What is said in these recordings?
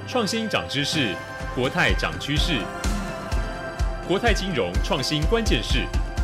创新涨知识，国泰涨趋势。国泰金融创新关键势。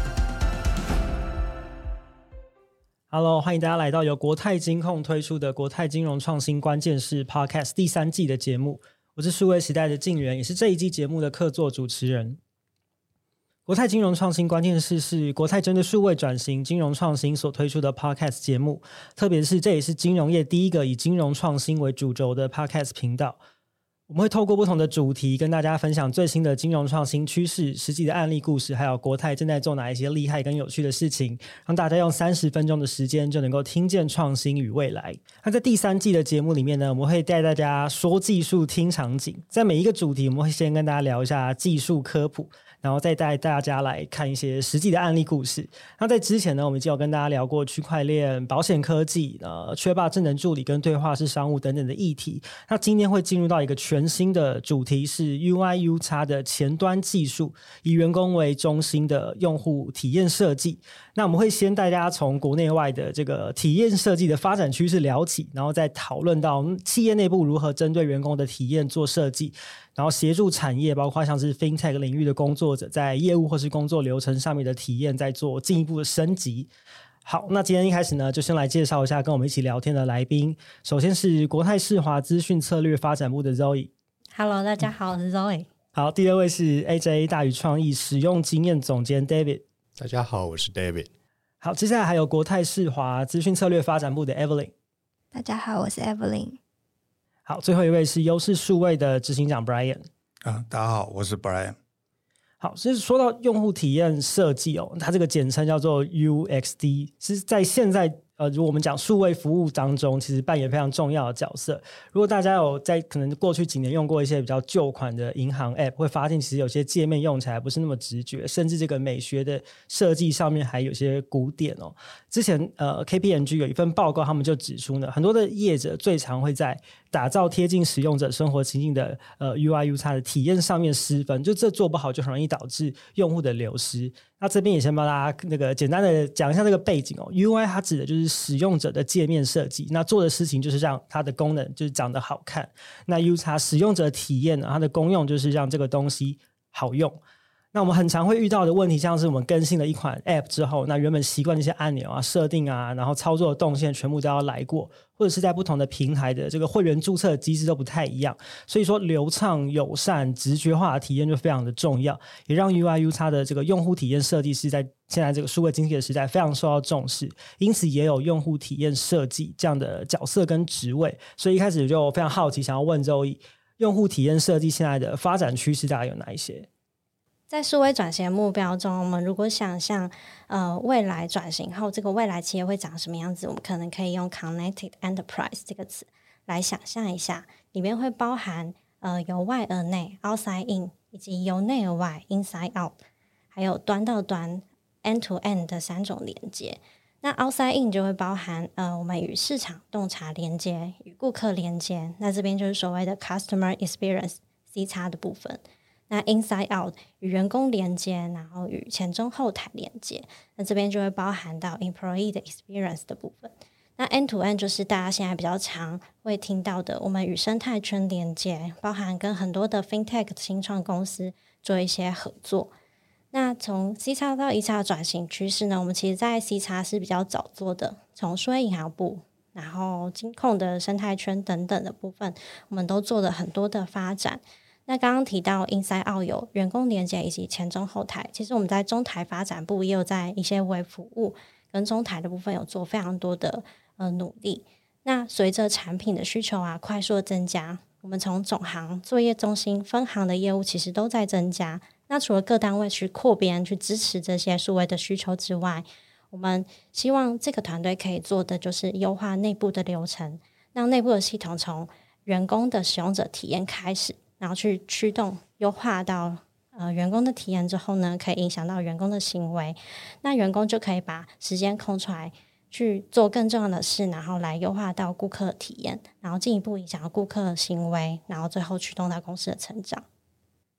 Hello， 欢迎大家来到由国泰金控推出的国泰金融创新关键势 Podcast 第3季的节目。我是数位时代的敬源，也是这一季节目的客座主持人。国泰金融创新关键势是国泰针对数位转型、金融创新所推出的 Podcast 节目，特别是这也是金融业第一个以金融创新为主轴的 Podcast 频道。我们会透过不同的主题跟大家分享最新的金融创新趋势、实际的案例故事，还有国泰正在做哪一些厉害跟有趣的事情，让大家用30分钟的时间就能够听见创新与未来。那在第3季的节目里面呢，我们会带大家说技术听场景，在每一个主题我们会先跟大家聊一下技术科普，然后再带大家来看一些实际的案例故事。那在之前呢，我们已经有跟大家聊过区块链、保险科技、缺霸智能助理跟对话式商务等等的议题。那今天会进入到一个全新的主题，是 UI/UX 的前端技术，以员工为中心的用户体验设计。那我们会先带大家从国内外的这个体验设计的发展趋势聊起，然后再讨论到企业内部如何针对员工的体验做设计，然后协助产业包括像是 FinTech 领域的工作者在业务或是工作流程上面的体验再做进一步的升级。好，那今天一开始呢，就先来介绍一下跟我们一起聊天的来宾。首先是国泰世华资讯策略发展部的 Zoe。Hello， 大家好，我是 Zoe。 好，第二位是 AJ 大宇创意使用经验总监 David。 大家好，我是 David。 好，接下来还有国泰世华资讯策略发展部的 Evelyn。 大家好，我是 Evelyn。 好，最后一位是优势数位的执行长 Brian。 大家好，我是 Brian。 好，所以说到用户体验设计它这个简称叫做 UXD， 是在现在如果我们讲数位服务当中，其实扮演非常重要的角色。如果大家有在可能过去几年用过一些比较旧款的银行 App， 会发现其实有些界面用起来不是那么直觉，甚至这个美学的设计上面还有些古典之前KPMG 有一份报告，他们就指出呢，很多的业者最常会在打造贴近使用者生活情境的UI/UX 的体验上面失分，就这做不好就很容易导致用户的流失。那这边也先帮大家那个简单的讲一下这个背景UI 它指的就是使用者的界面设计，那做的事情就是让它的功能就是长得好看。那 UX 使用者体验呢，它的功用就是让这个东西好用。那我们很常会遇到的问题，像是我们更新了一款 App 之后，那原本习惯这些按钮设定然后操作的动线全部都要来过，或者是在不同的平台的这个会员注册机制都不太一样，所以说流畅、友善、直觉化的体验就非常的重要，也让 UI/UX 的这个用户体验设计是在现在这个数位经济的时代非常受到重视，因此也有用户体验设计这样的角色跟职位。所以一开始就非常好奇，想要问Zoe，用户体验设计现在的发展趋势大概有哪一些？ 在数位转型的目标中，我们如果想象未来转型后这个未来企业会长什么样子，我们可能可以用 Connected Enterprise 这个词来想象一下，里面会包含由外而内 Outside In， 以及由内而外 Inside Out， 还有端到端 End to End 的3种连接。那 Outside In 就会包含我们与市场洞察连接，与顾客连接，那这边就是所谓的 Customer Experience CX 的部分。那 Inside Out 与员工连接，然后与前中后台连接，那这边就会包含到 Employee 的 Experience 的部分。那 End to End 就是大家现在比较常会听到的，我们与生态圈连接，包含跟很多的 FinTech 新创公司做一些合作。那从 CX 到 EX 转型趋势呢，我们其实在 CX 是比较早做的，从数位银行部，然后金控的生态圈等等的部分，我们都做了很多的发展。那刚刚提到 Inside Out 有员工连接以及前中后台，其实我们在中台发展部也有在一些微服务跟中台的部分有做非常多的努力。那随着产品的需求快速的增加，我们从总行、作业中心、分行的业务其实都在增加。那除了各单位去扩编去支持这些数位的需求之外，我们希望这个团队可以做的就是优化内部的流程，让内部的系统从员工的使用者体验开始，然后去驱动优化到员工的体验之后呢，可以影响到员工的行为，那员工就可以把时间空出来去做更重要的事，然后来优化到顾客的体验，然后进一步影响到顾客的行为，然后最后驱动到公司的成长。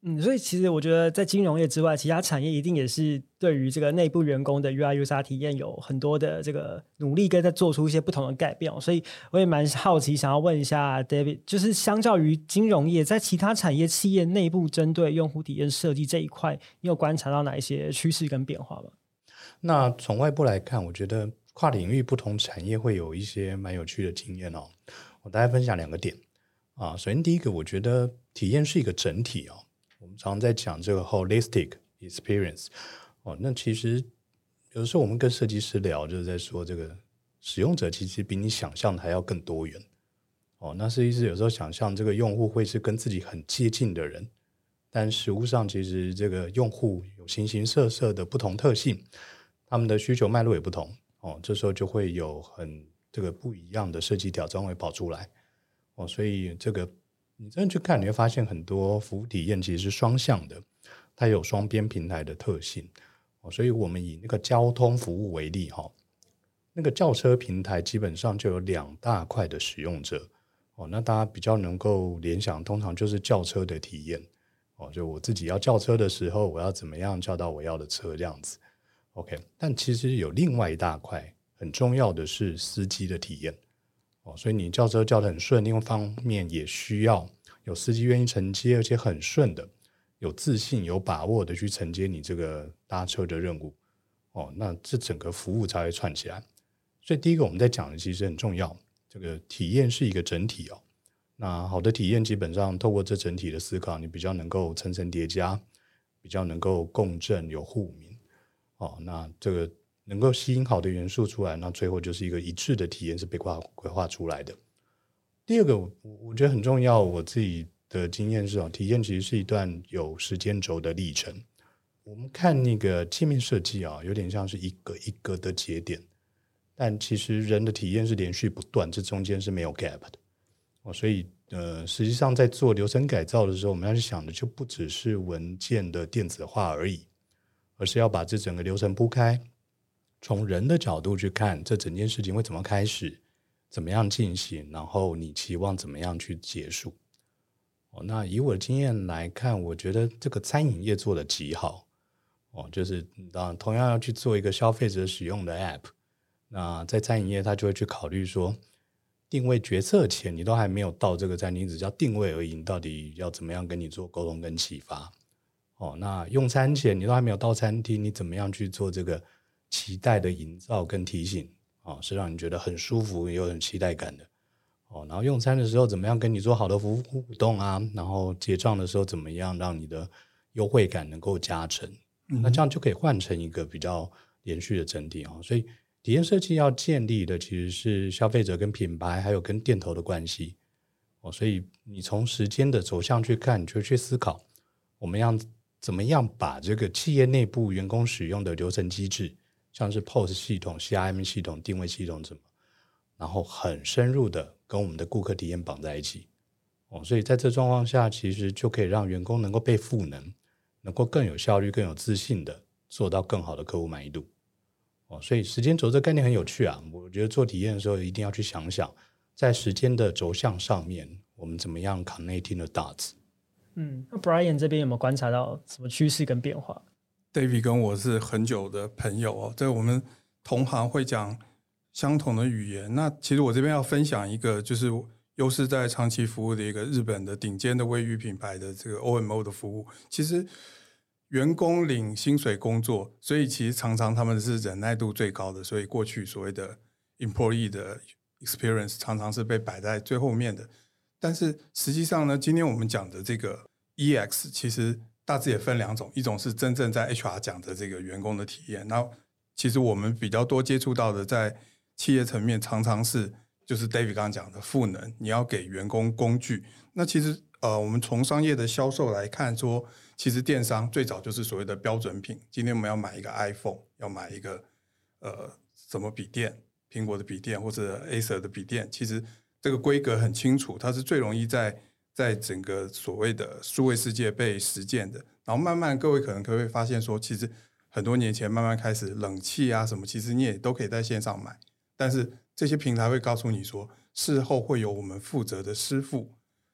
所以其实我觉得在金融业之外，其他产业一定也是对于这个内部员工的 UI/UX 体验有很多的这个努力，跟在做出一些不同的改变。所以我也蛮好奇，想要问一下 David， 就是相较于金融业，在其他产业企业内部针对用户体验设计这一块，你有观察到哪一些趋势跟变化吗？ 那从外部来看，我觉得跨领域不同产业会有一些蛮有趣的经验哦。我大概分享2个点啊。首先第一个，我觉得体验是一个整体哦。我们常常在讲这个 holistic experience 哦，那其实有的时候我们跟设计师聊，就是在说这个使用者其实比你想象的还要更多元哦。那设计师有时候想象这个用户会是跟自己很接近的人，但实务上其实这个用户有形形色色的不同特性，他们的需求脉络也不同哦，这时候就会有很这个不一样的设计挑战会跑出来哦。所以这个你真的去看，你会发现很多服务体验其实是双向的，它有双边平台的特性哦。所以我们以那个交通服务为例哈，那个轿车平台基本上就有2大块的使用者哦。那大家比较能够联想，通常就是轿车的体验哦，就我自己要叫车的时候，我要怎么样叫到我要的车这样子。OK， 但其实有另外一大块很重要的是司机的体验哦，所以你叫车叫得很顺，另外一方面也需要有司机愿意承接，而且很顺的，有自信、有把握的去承接你这个搭车的任务哦，那这整个服务才会串起来。所以第一个我们在讲的其实很重要，这个体验是一个整体哦。那好的体验基本上透过这整体的思考，你比较能够层层叠加，比较能够共振有互鸣哦，那这个能够吸引好的元素出来，那最后就是一个一致的体验是被规划出来的。第二个我觉得很重要，我自己的经验是体验其实是一段有时间轴的历程。我们看那个界面设计有点像是一个一个的节点，但其实人的体验是连续不断，这中间是没有 gap 的所以实际上在做流程改造的时候，我们要去想的就不只是文件的电子化而已，而是要把这整个流程铺开，从人的角度去看这整件事情会怎么开始，怎么样进行，然后你期望怎么样去结束那以我的经验来看，我觉得这个餐饮业做得极好就是当然同样要去做一个消费者使用的 app， 那在餐饮业他就会去考虑说，定位决策前你都还没有到这个餐厅，只叫定位而已，你到底要怎么样跟你做沟通跟启发那用餐前你都还没有到餐厅，你怎么样去做这个期待的营造跟提醒是让你觉得很舒服也有很期待感的然后用餐的时候怎么样跟你做好的服务互动然后结账的时候怎么样让你的优惠感能够加成那这样就可以换成一个比较连续的整体所以体验设计要建立的其实是消费者跟品牌还有跟店头的关系所以你从时间的走向去看，你就去思考我们要怎么样把这个企业内部员工使用的流程机制，像是 POS 系统、CRM 系统、定位系统怎么，然后很深入的跟我们的顾客体验绑在一起所以在这状况下其实就可以让员工能够被赋能，能够更有效率更有自信的做到更好的客户满意度所以时间轴这概念很有趣我觉得做体验的时候一定要去想想在时间的轴向上面我们怎么样 connecting the dots。 那 Brian 这边有没有观察到什么趋势跟变化？ David 跟我是很久的朋友在我们同行会讲相同的语言。那其实我这边要分享一个就是优势在长期服务的一个日本的顶尖的卫浴品牌的这个 OMO 的服务。其实员工领薪水工作，所以其实常常他们是忍耐度最高的，所以过去所谓的 employee 的 experience 常常是被摆在最后面的。但是实际上呢，今天我们讲的这个 EX 其实大致也分2种，一种是真正在 HR 讲的这个员工的体验，然后其实我们比较多接触到的在企业层面常常是就是 David 刚刚讲的赋能，你要给员工工具。那其实我们从商业的销售来看说，其实电商最早就是所谓的标准品，今天我们要买一个 iPhone， 要买一个什么笔电，苹果的笔电或者 Acer 的笔电，其实这个规格很清楚，它是最容易在整个所谓的数位世界被实践的。然后慢慢各位可能会发现说，其实很多年前慢慢开始冷气什么，其实你也都可以在线上买，但是这些平台会告诉你说，事后会有我们负责的师傅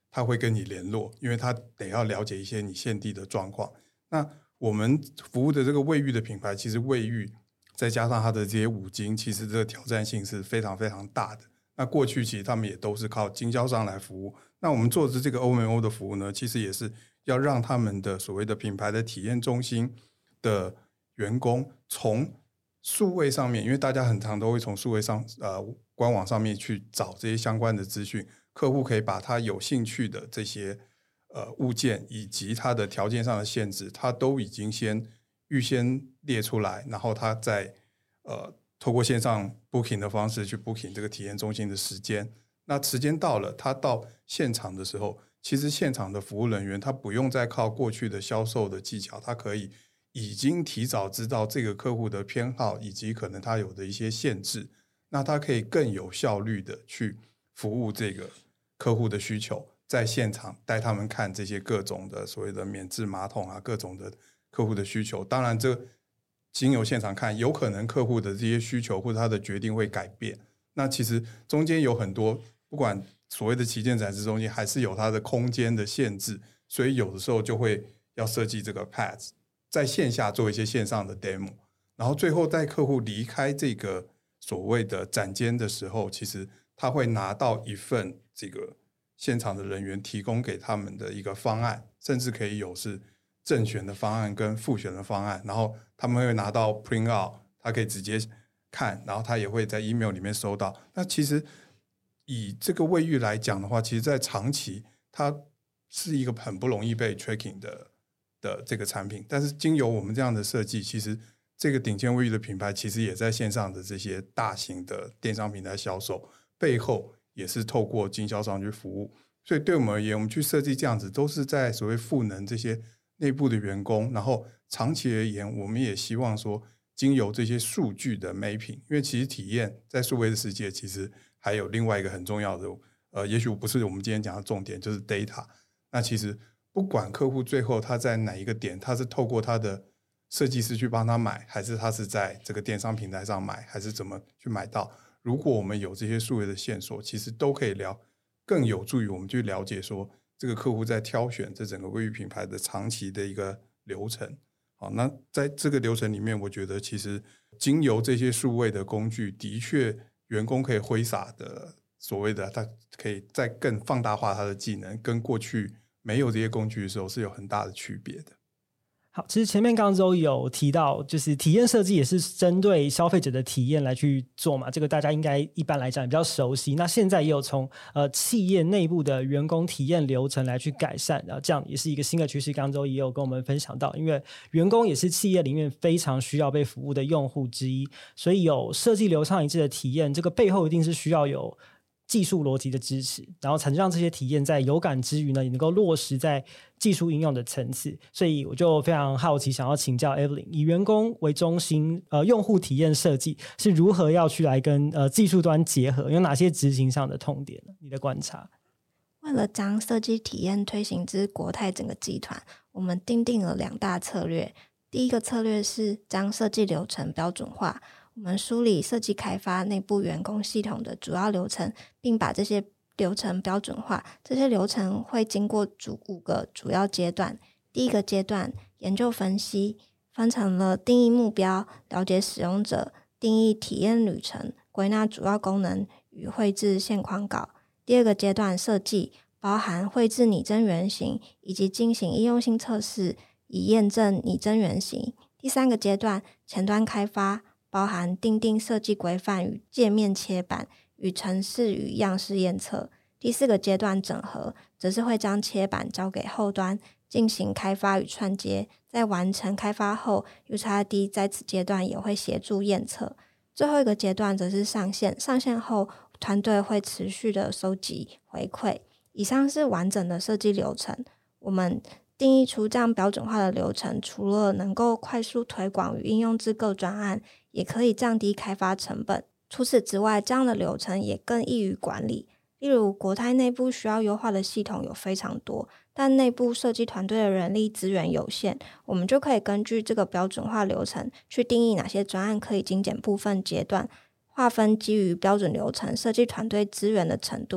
他会跟你联络，因为他得要了解一些你现地的状况。那我们服务的这个卫浴的品牌，其实卫浴再加上它的这些五金，其实这个挑战性是非常非常大的。那过去其实他们也都是靠经销商来服务，那我们做的这个 O&O 的服务呢，其实也是要让他们的所谓的品牌的体验中心的员工从数位上面，因为大家很常都会从数位上官网上面去找这些相关的资讯，客户可以把他有兴趣的这些物件以及他的条件上的限制，他都已经预先列出来，然后他再透过线上 booking 的方式去 booking 这个体验中心的时间。那时间到了，他到现场的时候，其实现场的服务人员他不用再靠过去的销售的技巧，他可以已经提早知道这个客户的偏好以及可能他有的一些限制，那他可以更有效率的去服务这个客户的需求，在现场带他们看这些各种的所谓的免治马桶啊，各种的客户的需求。当然这经由现场看，有可能客户的这些需求或者他的决定会改变，那其实中间有很多不管所谓的旗舰展示中心还是有它的空间的限制，所以有的时候就会要设计这个 pads 在线下做一些线上的 demo， 然后最后在客户离开这个所谓的展间的时候，其实他会拿到一份这个现场的人员提供给他们的一个方案，甚至可以有是正选的方案跟复选的方案，然后他们会拿到 print out， 他可以直接看，然后他也会在 email 里面收到。那其实以这个卫浴来讲的话，其实在长期它是一个很不容易被 tracking 的这个产品，但是经由我们这样的设计，其实这个顶尖卫浴的品牌其实也在线上的这些大型的电商平台销售，背后也是透过经销商去服务。所以对我们而言，我们去设计这样子都是在所谓赋能这些内部的员工，然后长期而言我们也希望说经由这些数据的 mapping， 因为其实体验在数位的世界其实还有另外一个很重要的也许不是我们今天讲的重点，就是 data。 那其实不管客户最后他在哪一个点，他是透过他的设计师去帮他买，还是他是在这个电商平台上买，还是怎么去买到，如果我们有这些数位的线索，其实都可以更有助于我们去了解说这个客户在挑选这整个卫浴品牌的长期的一个流程。好，那在这个流程里面，我觉得其实经由这些数位的工具，的确员工可以挥洒的所谓的他可以再更放大化他的技能，跟过去没有这些工具的时候是有很大的区别的。 好，其实前面刚刚都有提到，就是体验设计也是针对消费者的体验来去做嘛，这个大家应该一般来讲也比较熟悉。那现在也有从企业内部的员工体验流程来去改善，然后这样也是一个新的趋势。刚刚也有跟我们分享到，因为员工也是企业里面非常需要被服务的用户之一，所以有设计流畅一致的体验，这个背后一定是需要有技术逻辑的支持，然后才能让这些体验在有感之余呢，也能够落实在技术应用的层次。所以我就非常好奇，想要请教 Evelyn， 以员工为中心，用户体验设计是如何要去来跟技术端结合？有哪些执行上的痛点呢？你的观察？ 为了将设计体验推行至国泰整个集团，我们订定了2大策略。第一个策略是将设计流程标准化，我们梳理设计开发内部员工系统的主要流程，并把这些流程标准化。这些流程会经过5个主要阶段。第一个阶段，研究分析，分成了定义目标、了解使用者、定义体验旅程、归纳主要功能与绘制线框稿。第二个阶段，设计，包含绘制拟真原型以及进行应用性测试，以验证拟真原型。第3个阶段，前端开发，包含订定设计规范与界面切板与程式与样式验测。第4个阶段，整合，则是会将切板交给后端进行开发与串接，在完成开发后 UXRD 在此阶段也会协助验测。最后一个阶段则是上线，上线后团队会持续的收集回馈。以上是完整的设计流程。我们定义出这样标准化的流程，除了能够快速推广与应用至各专案，也可以降低开发成本。除此之外，这样的流程也更易于管理。例如国泰内部需要优化的系统有非常多，但内部设计团队的人力资源有限，我们就可以根据这个标准化流程去定义哪些专案可以精简部分阶段，划分基于标准流程设计团队资源的程度，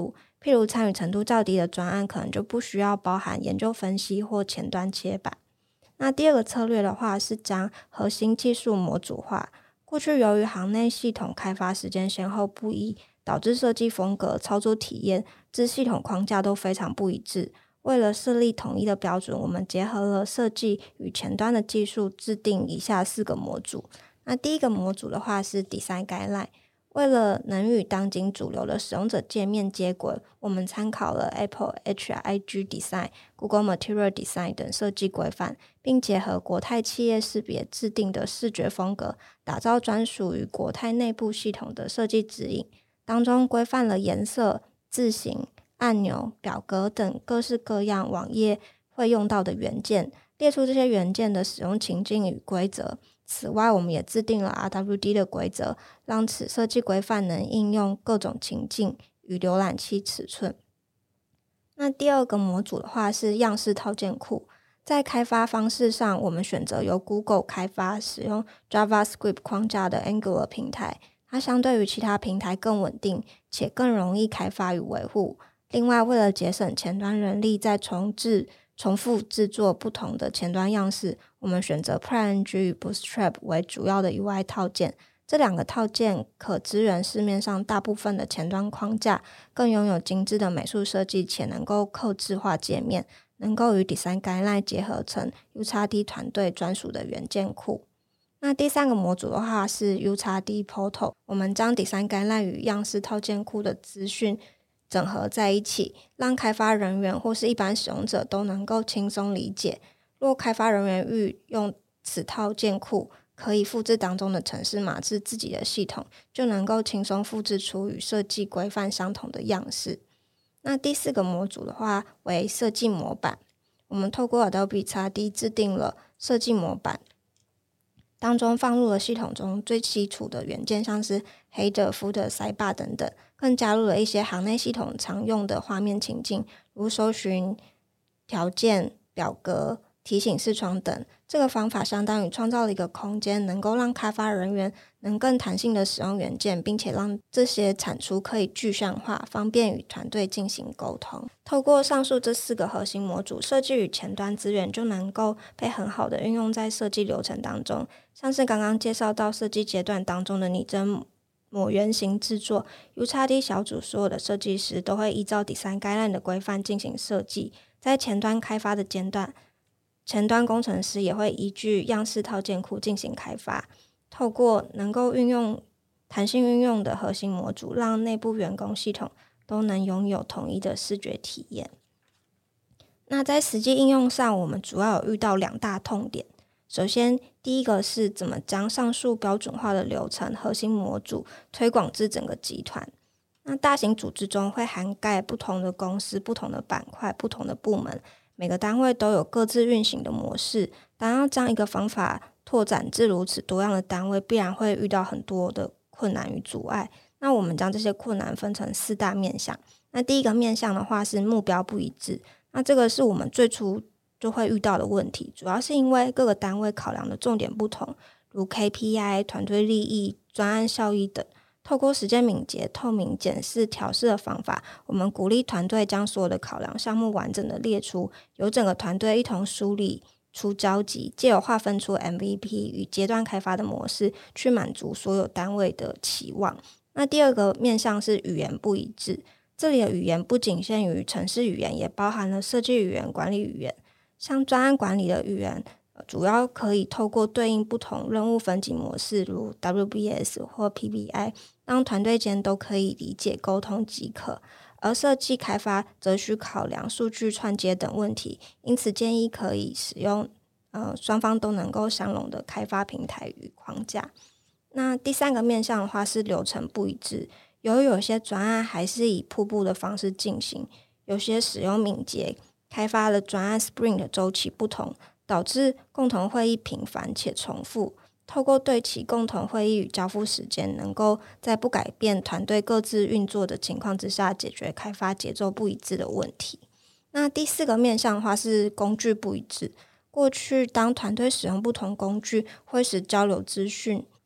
譬如参与程度较低的专案可能就不需要包含研究分析或前端切板。那第二个策略的话是将核心技术模组化。过去由于行内系统开发时间先后不一，导致设计风格、操作体验至系统框架都非常不一致。为了设立统一的标准，我们结合了设计与前端的技术，制定以下4个模组。那第一个模组的话是 Design Guideline， 为了能与当今主流的使用者界面接轨，我们参考了 Apple HIG Design、Google Material Design 等设计规范，并结合国泰企业识别制定的视觉风格，打造专属于国泰内部系统的设计指引。当中规范了颜色、字型、按钮、表格等各式各样网页会用到的元件，列出这些元件的使用情境与规则。此外，我们也制定了 RWD 的规则，让此设计规范能应用各种情境与浏览器尺寸。那第二个模组的话是样式套件库。在开发方式上，我们选择由 Google 开发使用 JavaScript 框架的 Angular 平台，它相对于其他平台更稳定，且更容易开发与维护。另外，为了节省前端人力在重复制作不同的前端样式，我们选择 PyNG 与 Bootstrap 为主要的 UI 套件。这2个套件可支援市面上大部分的前端框架，更拥有精致的美术设计，且能够客制化界面，能够与 Design Guideline 结合成 UXD 团队专属的元件库。那第3个模组的话是 UXD Portal， 我们将 Design Guideline 与样式套件库的资讯整合在一起，让开发人员或是一般使用者都能够轻松理解。若开发人员欲用此套件库，可以复制当中的程式码至自己的系统，就能够轻松复制出与设计规范相同的样式。那第4个模组的话为设计模板，我们透过 Adobe XD 制定了设计模板，当中放入了系统中最基础的元件，像是 Header、Footer、Sidebar 等等，更加入了一些行内系统常用的画面情境，如搜寻、条件、表格、提醒视窗等。这个方法相当于创造了一个空间，能够让开发人员能更弹性的使用元件，并且让这些产出可以具象化，方便与团队进行沟通。透过上述这4个核心模组，设计与前端资源就能够被很好的运用在设计流程当中。像是刚刚介绍到设计阶段当中的拟真模原型制作， UXD 小组所有的设计师都会依照 Design Guideline 的规范进行设计。在前端开发的阶段，前端工程师也会依据样式套件库进行开发，透过能够弹性运用的核心模组，让内部员工系统都能拥有统一的视觉体验。那在实际应用上，我们主要有遇到2大痛点。首先，第一个是怎么将上述标准化的流程核心模组推广至整个集团。那大型组织中会涵盖不同的公司、不同的板块、不同的部门，每个单位都有各自运行的模式。当要将一个方法拓展至如此多样的单位，必然会遇到很多的困难与阻碍。那我们将这些困难分成4大面向。那第一个面向的话是目标不一致，那这个是我们最初就会遇到的问题，主要是因为各个单位考量的重点不同，如 KPI、团队利益、专案效益等。透过时间敏捷、透明、检视、调试的方法，我们鼓励团队将所有的考量项目完整的列出，由整个团队一同梳理出交集，藉由划分出 MVP 与阶段开发的模式，去满足所有单位的期望。那第二个面向是语言不一致，这里的语言不仅限于程式语言，也包含了设计语言、管理语言。像专案管理的语言，主要可以透过对应不同任务分级模式，如 WBS 或 PBI， 让团队间都可以理解沟通即可。而设计开发则需考量数据串接等问题，因此建议可以使用双方都能够相容的开发平台与框架。那第3个面向的话是流程不一致，由于有些专案还是以瀑布的方式进行，有些使用敏捷开发的专案 Sprint 的周期不同，导致共同会议频繁且重复。透过对齐共同会议与交付时间，能够在不改变团队各自运作的情况之下，解决开发节奏不一致的问题。那第4个面向的话是工具不一致。过去当团队使用不同工具，会使交流资讯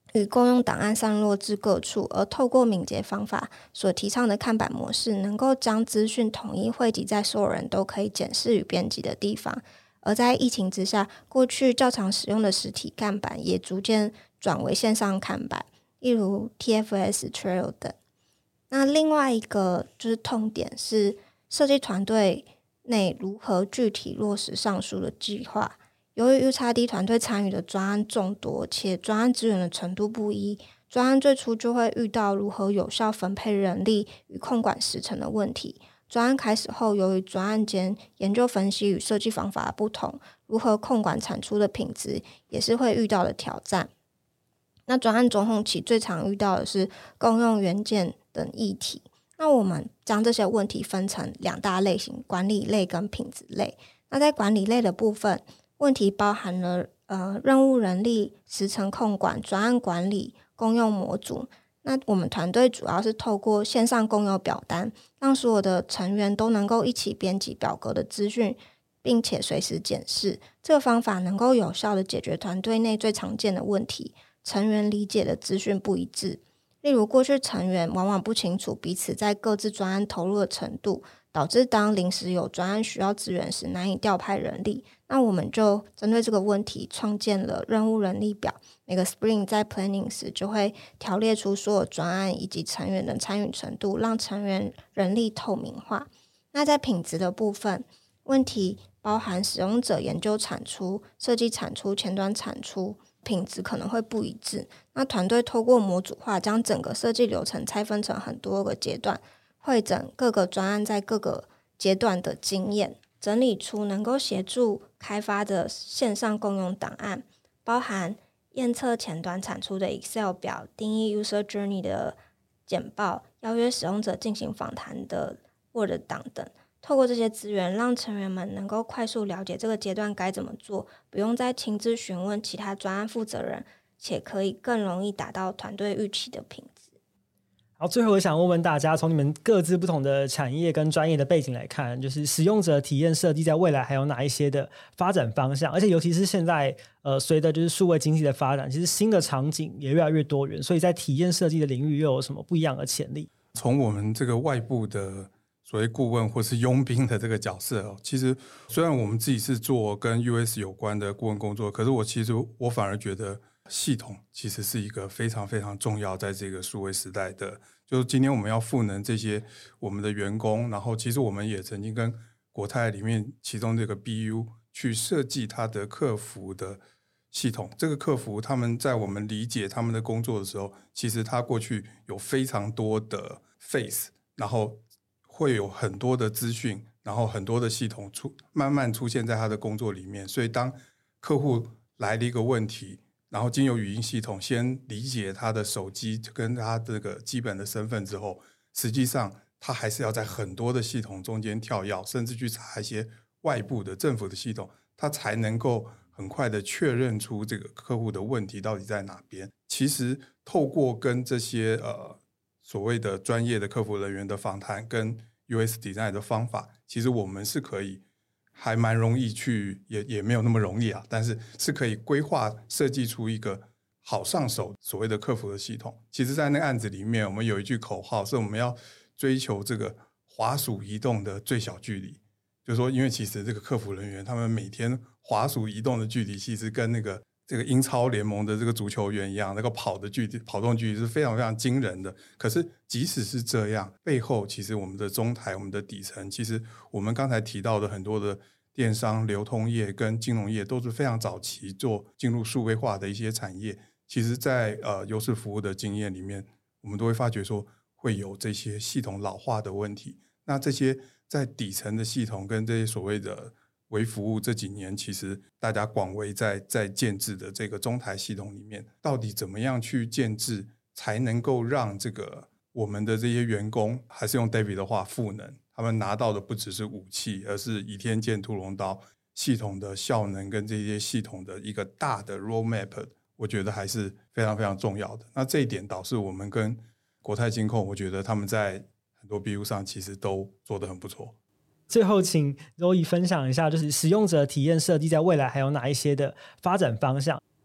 与共用档案散落至各处，而透过敏捷方法所提倡的看板模式，能够将资讯统一汇集在所有人都可以检视与编辑的地方。而在疫情之下，过去较常使用的实体看板也逐渐转为线上看板，例如 TFS、Trail 等。那另外一个就是痛点是设计团队内如何具体落实上述的计划。由于 UXD 团队参与的专案众多，且专案资源的程度不一，专案最初就会遇到如何有效分配人力与控管时程的问题。专案开始后，由于专案间研究分析与设计方法不同，如何控管产出的品质也是会遇到的挑战。那专案中后期最常遇到的是共用元件等议题。那我们将这些问题分成2大类型，管理类跟品质类。那在管理类的部分，问题包含了任务人力、时程控管、专案管理、共用模组。那我们团队主要是透过线上共有表单，让所有的成员都能够一起编辑表格的资讯，并且随时检视。这个方法能够有效的解决团队内最常见的问题，成员理解的资讯不一致。例如过去成员往往不清楚彼此在各自专案投入的程度，导致当临时有专案需要支援时难以调派人力。那我们就针对这个问题创建了任务人力表，每个 Sprint 在 planning 时就会条列出所有专案以及成员的参与程度，让成员人力透明化。那在品质的部分，问题包含使用者研究产出、设计产出、前端产出品质可能会不一致。那团队透过模组化，将整个设计流程拆分成很多个阶段，汇整各个专案在各个阶段的经验，整理出能够协助开发的线上共用档案，包含验测前端产出的 Excel 表、定义 User Journey 的简报、邀约使用者进行访谈的 Word 档等。透过这些资源，让成员们能够快速了解这个阶段该怎么做，不用再亲自询问其他专案负责人，且可以更容易达到团队预期的品质。 好，最后我想问问大家，从你们各自不同的产业跟专业的背景来看，就是使用者体验设计在未来还有哪一些的发展方向？而且尤其是现在随着就是数位经济的发展，其实新的场景也越来越多元，所以在体验设计的领域又有什么不一样的潜力？ 从我们这个外部的所谓顾问或是佣兵的这个角色，其实虽然我们自己是做跟 US 有关的顾问工作，可是我反而觉得系统其实是一个非常非常重要，在这个数位时代的，就是今天我们要赋能这些我们的员工，然后其实我们也曾经跟国泰里面其中这个 BU 去设计它的客服的系统。这个客服他们在我们理解他们的工作的时候，其实他过去有非常多的 face， 然后会有很多的资讯，然后很多的系统慢慢出现在他的工作里面。所以当客户来了一个问题，然后经由语音系统先理解他的手机跟他这个基本的身份之后，实际上他还是要在很多的系统中间跳跃，甚至去查一些外部的政府的系统，他才能够很快的确认出这个客户的问题到底在哪边。其实透过跟这些所谓的专业的客服人员的访谈跟 US Design 的方法，其实我们是可以还蛮容易去，也没有那么容易啊，但是是可以规划设计出一个好上手所谓的客服的系统。其实在那个案子里面，我们有一句口号是我们要追求这个滑鼠移动的最小距离，就是说因为其实这个客服人员他们每天滑鼠移动的距离其实跟这个英超联盟的这个足球员一样，那个跑动距离是非常非常惊人的。可是即使是这样，背后其实我们的中台，我们的底层，其实我们刚才提到的很多的电商、流通业跟金融业都是非常早期进入数位化的一些产业。其实在优势服务的经验里面，我们都会发觉说会有这些系统老化的问题。那这些在底层的系统跟这些所谓的微服务，这几年其实大家广为在建制的这个中台系统里面，到底怎么样去建制才能够让这个我们的这些员工，还是用 David 的话，赋能，他们拿到的不只是武器，而是倚天剑屠龙刀系统的效能跟这些系统的一个大的 roadmap， 我觉得还是非常非常重要的。那这一点导致我们跟国泰金控，我觉得他们在很多 BU 上其实都做得很不错。 最后请Zoe分享一下，就是使用者体验设计在未来还有哪一些的发展方向？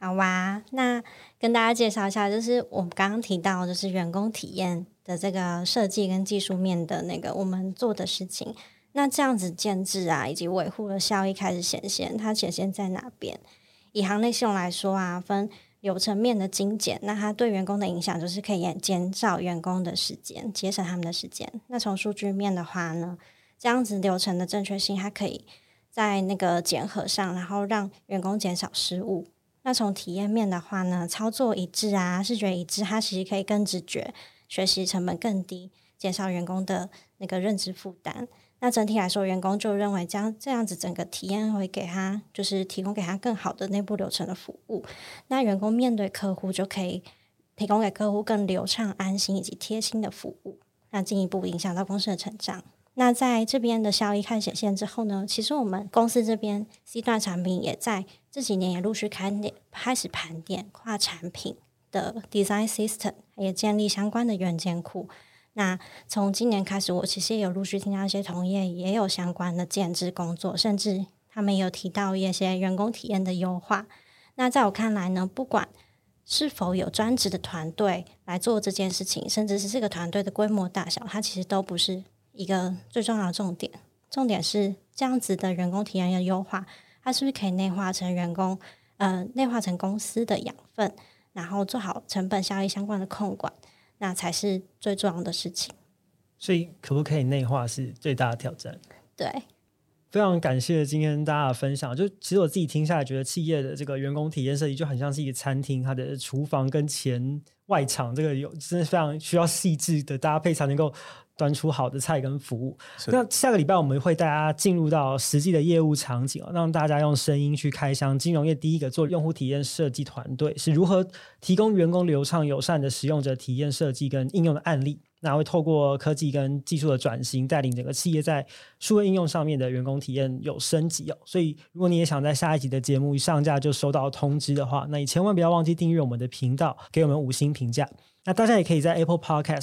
好哇，那跟大家介绍一下，就是我们刚刚提到就是员工体验的这个设计跟技术面的那个我们做的事情。那这样子建制啊，以及维护的效益开始显现，它显现在哪边？以行内系统来说啊，分流程面的精简，那它对员工的影响就是可以减少员工的时间，节省他们的时间。那从数据面的话呢，这样子流程的正确性，它可以在那个检核上，然后让员工减少失误。那从体验面的话呢，操作一致啊，视觉一致，它其实可以更直觉，学习成本更低，减少员工的那个认知负担。那整体来说，员工就认为这样子整个体验会给他，就是提供给他更好的内部流程的服务。那员工面对客户就可以提供给客户更流畅、安心以及贴心的服务，那进一步影响到公司的成长。那在这边的效益看显现之后呢，其实我们公司这边 C 段产品也在这几年也陆续开始盘点跨产品的 design system， 也建立相关的元件库。那从今年开始，我其实也有陆续听到一些同业也有相关的建制工作，甚至他们也有提到一些员工体验的优化。那在我看来呢，不管是否有专职的团队来做这件事情，甚至是这个团队的规模大小，它其实都不是一个最重要的重点。重点是这样子的员工体验的优化，它是不是可以内化成内化成公司的养分，然后做好成本效益相关的控管，那才是最重要的事情。 所以可不可以内化是最大的挑战。 对， 非常感谢今天大家的分享。就其实我自己听下来，觉得企业的这个员工体验设计就很像是一个餐厅，它的厨房跟前外场这个真的非常需要细致的搭配，才能够端出好的菜跟服务。那下个礼拜我们会带大家进入到实际的业务场景，让大家用声音去开箱金融业第一个做用户体验设计团队是如何提供员工流畅友善的使用者体验设计跟应用的案例。那会透过科技跟技术的转型，带领整个企业在数位应用上面的员工体验有升级哦。所以如果你也想在下一集的节目一上架就收到通知的话，那你千万不要忘记订阅我们的频道，给我们5星评价。那大家也可以在 Apple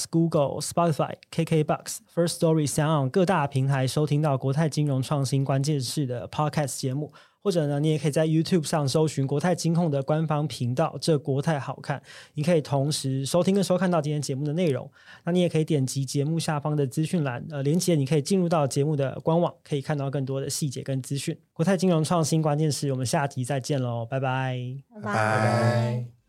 Podcast、Google、Spotify、KKBOX、Firstory SoundOn各大平台收听到国泰金融创新关键字的 Podcast 节目，或者呢，你也可以在 YouTube 上搜寻国泰金控的官方频道，这国泰好看，你可以同时收听跟收看到今天节目的内容。那你也可以点击节目下方的资讯栏，连结你可以进入到节目的官网，可以看到更多的细节跟资讯。国泰金融创新关键字，我们下集再见喽，拜拜， 拜拜拜。